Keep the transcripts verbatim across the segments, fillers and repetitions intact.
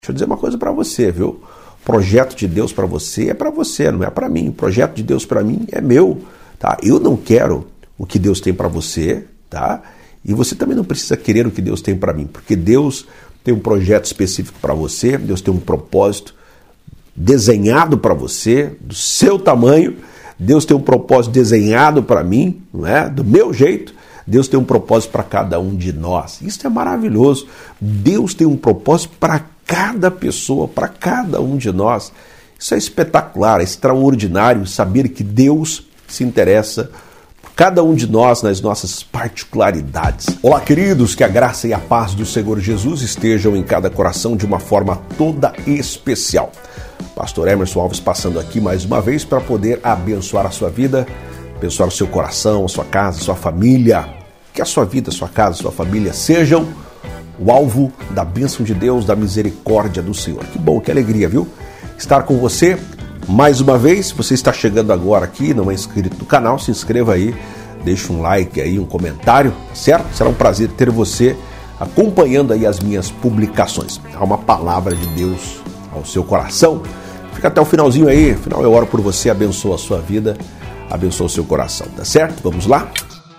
Deixa eu dizer uma coisa para você, viu? O projeto de Deus para você é para você, não é para mim. O projeto de Deus para mim é meu, tá? Eu não quero o que Deus tem para você, tá? E você também não precisa querer o que Deus tem para mim, porque Deus tem um projeto específico para você, Deus tem um propósito desenhado para você, do seu tamanho. Deus tem um propósito desenhado para mim, não é? Do meu jeito. Deus tem um propósito para cada um de nós. Isso é maravilhoso. Deus tem um propósito para cada pessoa, para cada um de nós. Isso é espetacular, é extraordinário saber que Deus se interessa por cada um de nós nas nossas particularidades. Olá, queridos, que a graça e a paz do Senhor Jesus estejam em cada coração de uma forma toda especial. Pastor Emerson Alves passando aqui mais uma vez para poder abençoar a sua vida, abençoar o seu coração, a sua casa, a sua família. Que a sua vida, a sua casa, a sua família sejam o alvo da bênção de Deus, da misericórdia do Senhor. Que bom, que alegria, viu? Estar com você mais uma vez. Se você está chegando agora aqui, não é inscrito no canal, se inscreva aí, deixa um like aí, um comentário, certo? Será um prazer ter você acompanhando aí as minhas publicações. Há uma palavra de Deus ao seu coração. Fica até o finalzinho aí, afinal eu oro por você, abençoa a sua vida, abençoa o seu coração, tá certo? Vamos lá?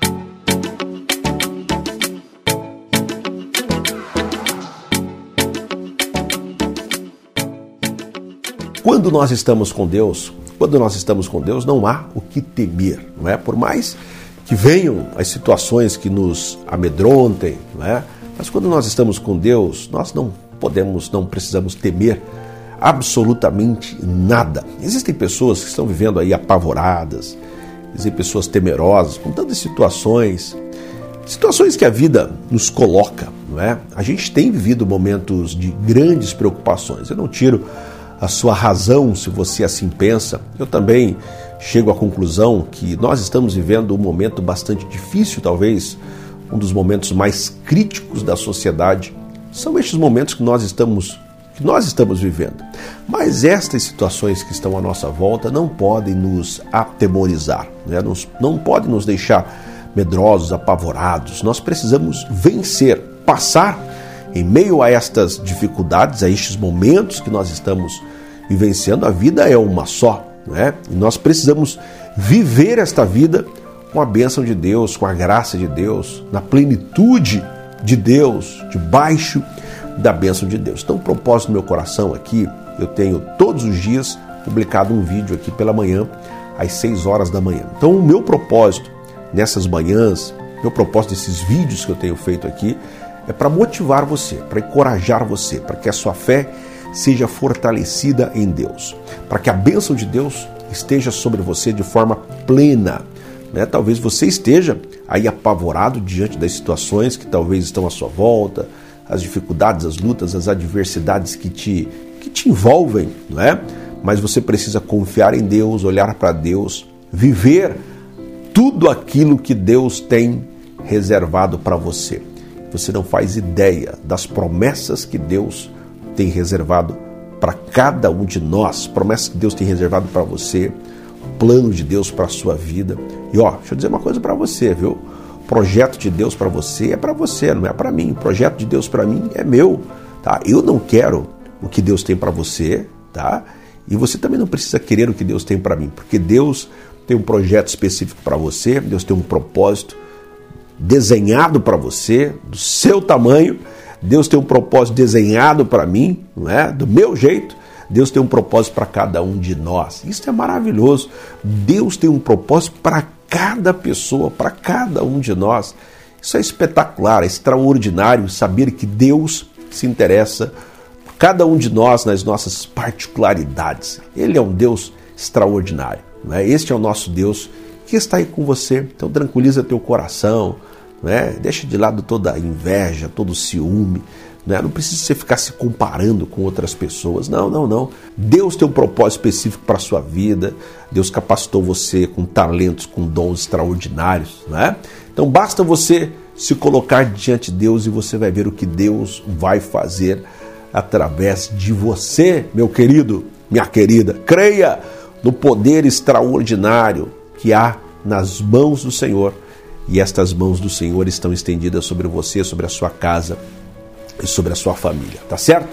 Quando nós estamos com Deus, quando nós estamos com Deus, não há o que temer, não é? Por mais que venham as situações que nos amedrontem, não é? Mas quando nós estamos com Deus, nós não podemos, não precisamos temer absolutamente nada. Existem pessoas que estão vivendo aí apavoradas, existem pessoas temerosas, com tantas situações, situações que a vida nos coloca, não é? A gente tem vivido momentos de grandes preocupações. Eu não tiro a sua razão se você assim pensa. Eu também chego à conclusão que nós estamos vivendo um momento bastante difícil, talvez um dos momentos mais críticos da sociedade. São estes momentos que nós estamos que nós estamos vivendo. Mas estas situações que estão à nossa volta não podem nos atemorizar, né? não, não podem nos deixar medrosos, apavorados. Nós precisamos vencer, passar em meio a estas dificuldades, a estes momentos que nós estamos vivenciando. A vida é uma só, né? E nós precisamos viver esta vida com a bênção de Deus, com a graça de Deus, na plenitude de Deus, debaixo da bênção de Deus. Então, o propósito do meu coração aqui, eu tenho todos os dias publicado um vídeo aqui pela manhã, às seis horas da manhã. Então, o meu propósito nessas manhãs, meu propósito desses vídeos que eu tenho feito aqui, é para motivar você, para encorajar você, para que a sua fé seja fortalecida em Deus, para que a bênção de Deus esteja sobre você de forma plena, né? Talvez você esteja aí apavorado diante das situações que talvez estão à sua volta, as dificuldades, as lutas, as adversidades que te, que te envolvem, não é? Mas você precisa confiar em Deus, olhar para Deus, viver tudo aquilo que Deus tem reservado para você. Você não faz ideia das promessas que Deus tem reservado para cada um de nós, promessas que Deus tem reservado para você, plano de Deus para a sua vida. E ó, deixa eu dizer uma coisa para você, viu? O projeto de Deus para você é para você, não é para mim. O projeto de Deus para mim é meu, tá? Eu não quero o que Deus tem para você, tá? E você também não precisa querer o que Deus tem para mim, porque Deus tem um projeto específico para você, Deus tem um propósito desenhado para você, do seu tamanho. Deus tem um propósito desenhado para mim, não é? Do meu jeito. Deus tem um propósito para cada um de nós. Isso é maravilhoso. Deus tem um propósito para cada pessoa, para cada um de nós. Isso é espetacular, é extraordinário saber que Deus se interessa por cada um de nós nas nossas particularidades. Ele é um Deus extraordinário, não é? Este é o nosso Deus que está aí com você. Então tranquiliza teu coração, né? Deixa de lado toda a inveja, todo o ciúme, né? Não precisa você ficar se comparando com outras pessoas. Não, não, não. Deus tem um propósito específico para a sua vida. Deus capacitou você com talentos, com dons extraordinários, né? Então basta você se colocar diante de Deus e você vai ver o que Deus vai fazer através de você, meu querido, minha querida. Creia no poder extraordinário que há nas mãos do Senhor, e estas mãos do Senhor estão estendidas sobre você, sobre a sua casa e sobre a sua família, tá certo?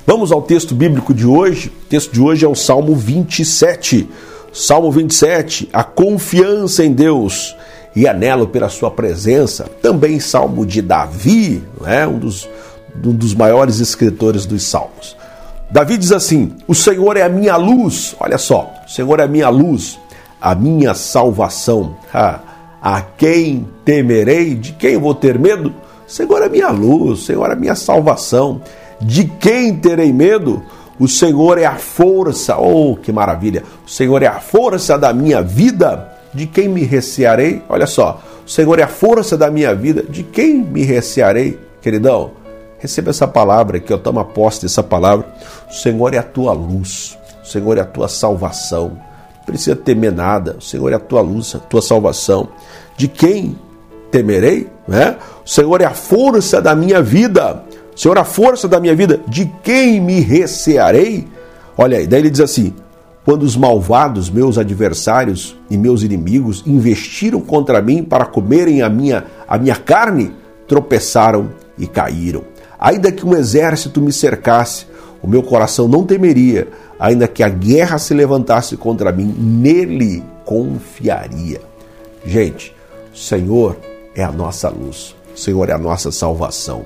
Vamos ao texto bíblico de hoje. O texto de hoje é o Salmo vinte e sete. Salmo vinte e sete, a confiança em Deus e anelo pela sua presença. Também Salmo de Davi, não é? um, dos, um dos maiores escritores dos Salmos. Davi diz assim: o Senhor é a minha luz. Olha só, o Senhor é a minha luz, a minha salvação. Ah, a quem temerei? De quem vou ter medo? O Senhor é a minha luz, o Senhor é a minha salvação. De quem terei medo? O Senhor é a força. Oh, que maravilha! O Senhor é a força da minha vida. De quem me recearei? Olha só, o Senhor é a força da minha vida. De quem me recearei? Queridão, receba essa palavra aqui, eu tomo posse dessa palavra. O Senhor é a tua luz, o Senhor é a tua salvação. Não precisa temer nada, o Senhor é a tua luz, a tua salvação. De quem temerei? Né? O Senhor é a força da minha vida. O Senhor é a força da minha vida. De quem me recearei? Olha aí, daí ele diz assim: quando os malvados, meus adversários e meus inimigos, investiram contra mim para comerem a minha, a minha carne, tropeçaram e caíram. Ainda que um exército me cercasse, o meu coração não temeria. Ainda que a guerra se levantasse contra mim, nele confiaria. Gente, o Senhor é a nossa luz, o Senhor é a nossa salvação.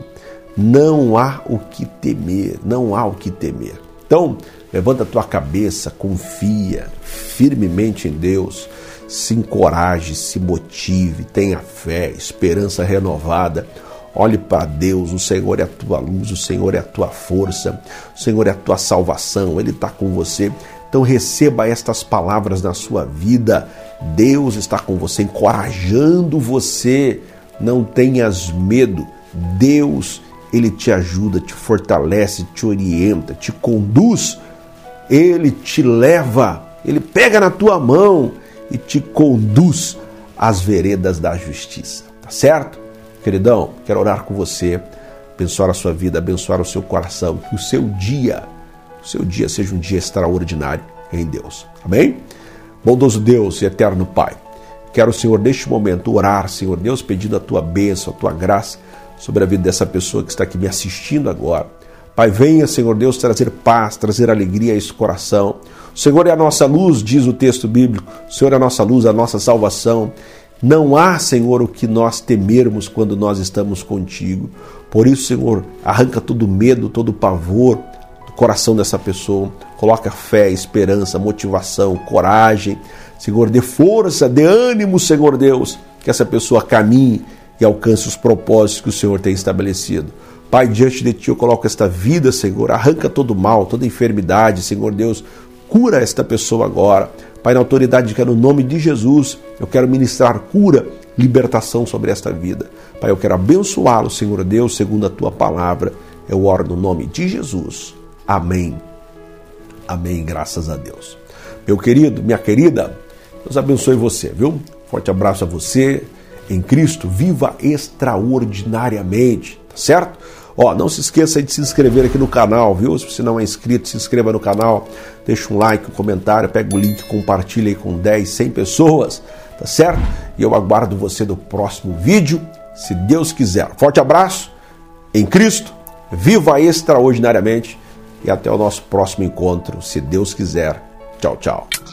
Não há o que temer, não há o que temer. Então, levanta a tua cabeça, confia firmemente em Deus, se encoraje, se motive, tenha fé, esperança renovada. Olhe para Deus, o Senhor é a tua luz, o Senhor é a tua força, o Senhor é a tua salvação, Ele está com você. Então receba estas palavras na sua vida. Deus está com você, encorajando você. Não tenhas medo. Deus, Ele te ajuda, te fortalece, te orienta, te conduz. Ele te leva, Ele pega na tua mão e te conduz às veredas da justiça. Tá certo? Queridão, quero orar com você, abençoar a sua vida, abençoar o seu coração, que o seu dia, o seu dia seja um dia extraordinário em Deus. Amém? Bondoso Deus e eterno Pai, quero, Senhor, neste momento orar, Senhor Deus, pedindo a tua bênção, a tua graça sobre a vida dessa pessoa que está aqui me assistindo agora. Pai, venha, Senhor Deus, trazer paz, trazer alegria a esse coração. O Senhor é a nossa luz, diz o texto bíblico. O Senhor é a nossa luz, a nossa salvação. Não há, Senhor, o que nós temermos quando nós estamos contigo. Por isso, Senhor, arranca todo medo, todo pavor do coração dessa pessoa. Coloca fé, esperança, motivação, coragem. Senhor, dê força, dê ânimo, Senhor Deus, que essa pessoa caminhe e alcance os propósitos que o Senhor tem estabelecido. Pai, diante de Ti eu coloco esta vida, Senhor. Arranca todo mal, toda enfermidade, Senhor Deus. Cura esta pessoa agora. Pai, na autoridade que é no nome de Jesus, eu quero ministrar cura, libertação sobre esta vida. Pai, eu quero abençoá-lo, Senhor Deus, segundo a Tua palavra. Eu oro no nome de Jesus. Amém. Amém, graças a Deus. Meu querido, minha querida, Deus abençoe você, viu? Forte abraço a você. Em Cristo, viva extraordinariamente, tá certo? Ó, não se esqueça de se inscrever aqui no canal, viu? Se você não é inscrito, se inscreva no canal, deixa um like, um comentário, pega o link, compartilha aí com dez, cem pessoas, tá certo? E eu aguardo você no próximo vídeo, se Deus quiser. Forte abraço, em Cristo, viva extraordinariamente e até o nosso próximo encontro, se Deus quiser. Tchau, tchau.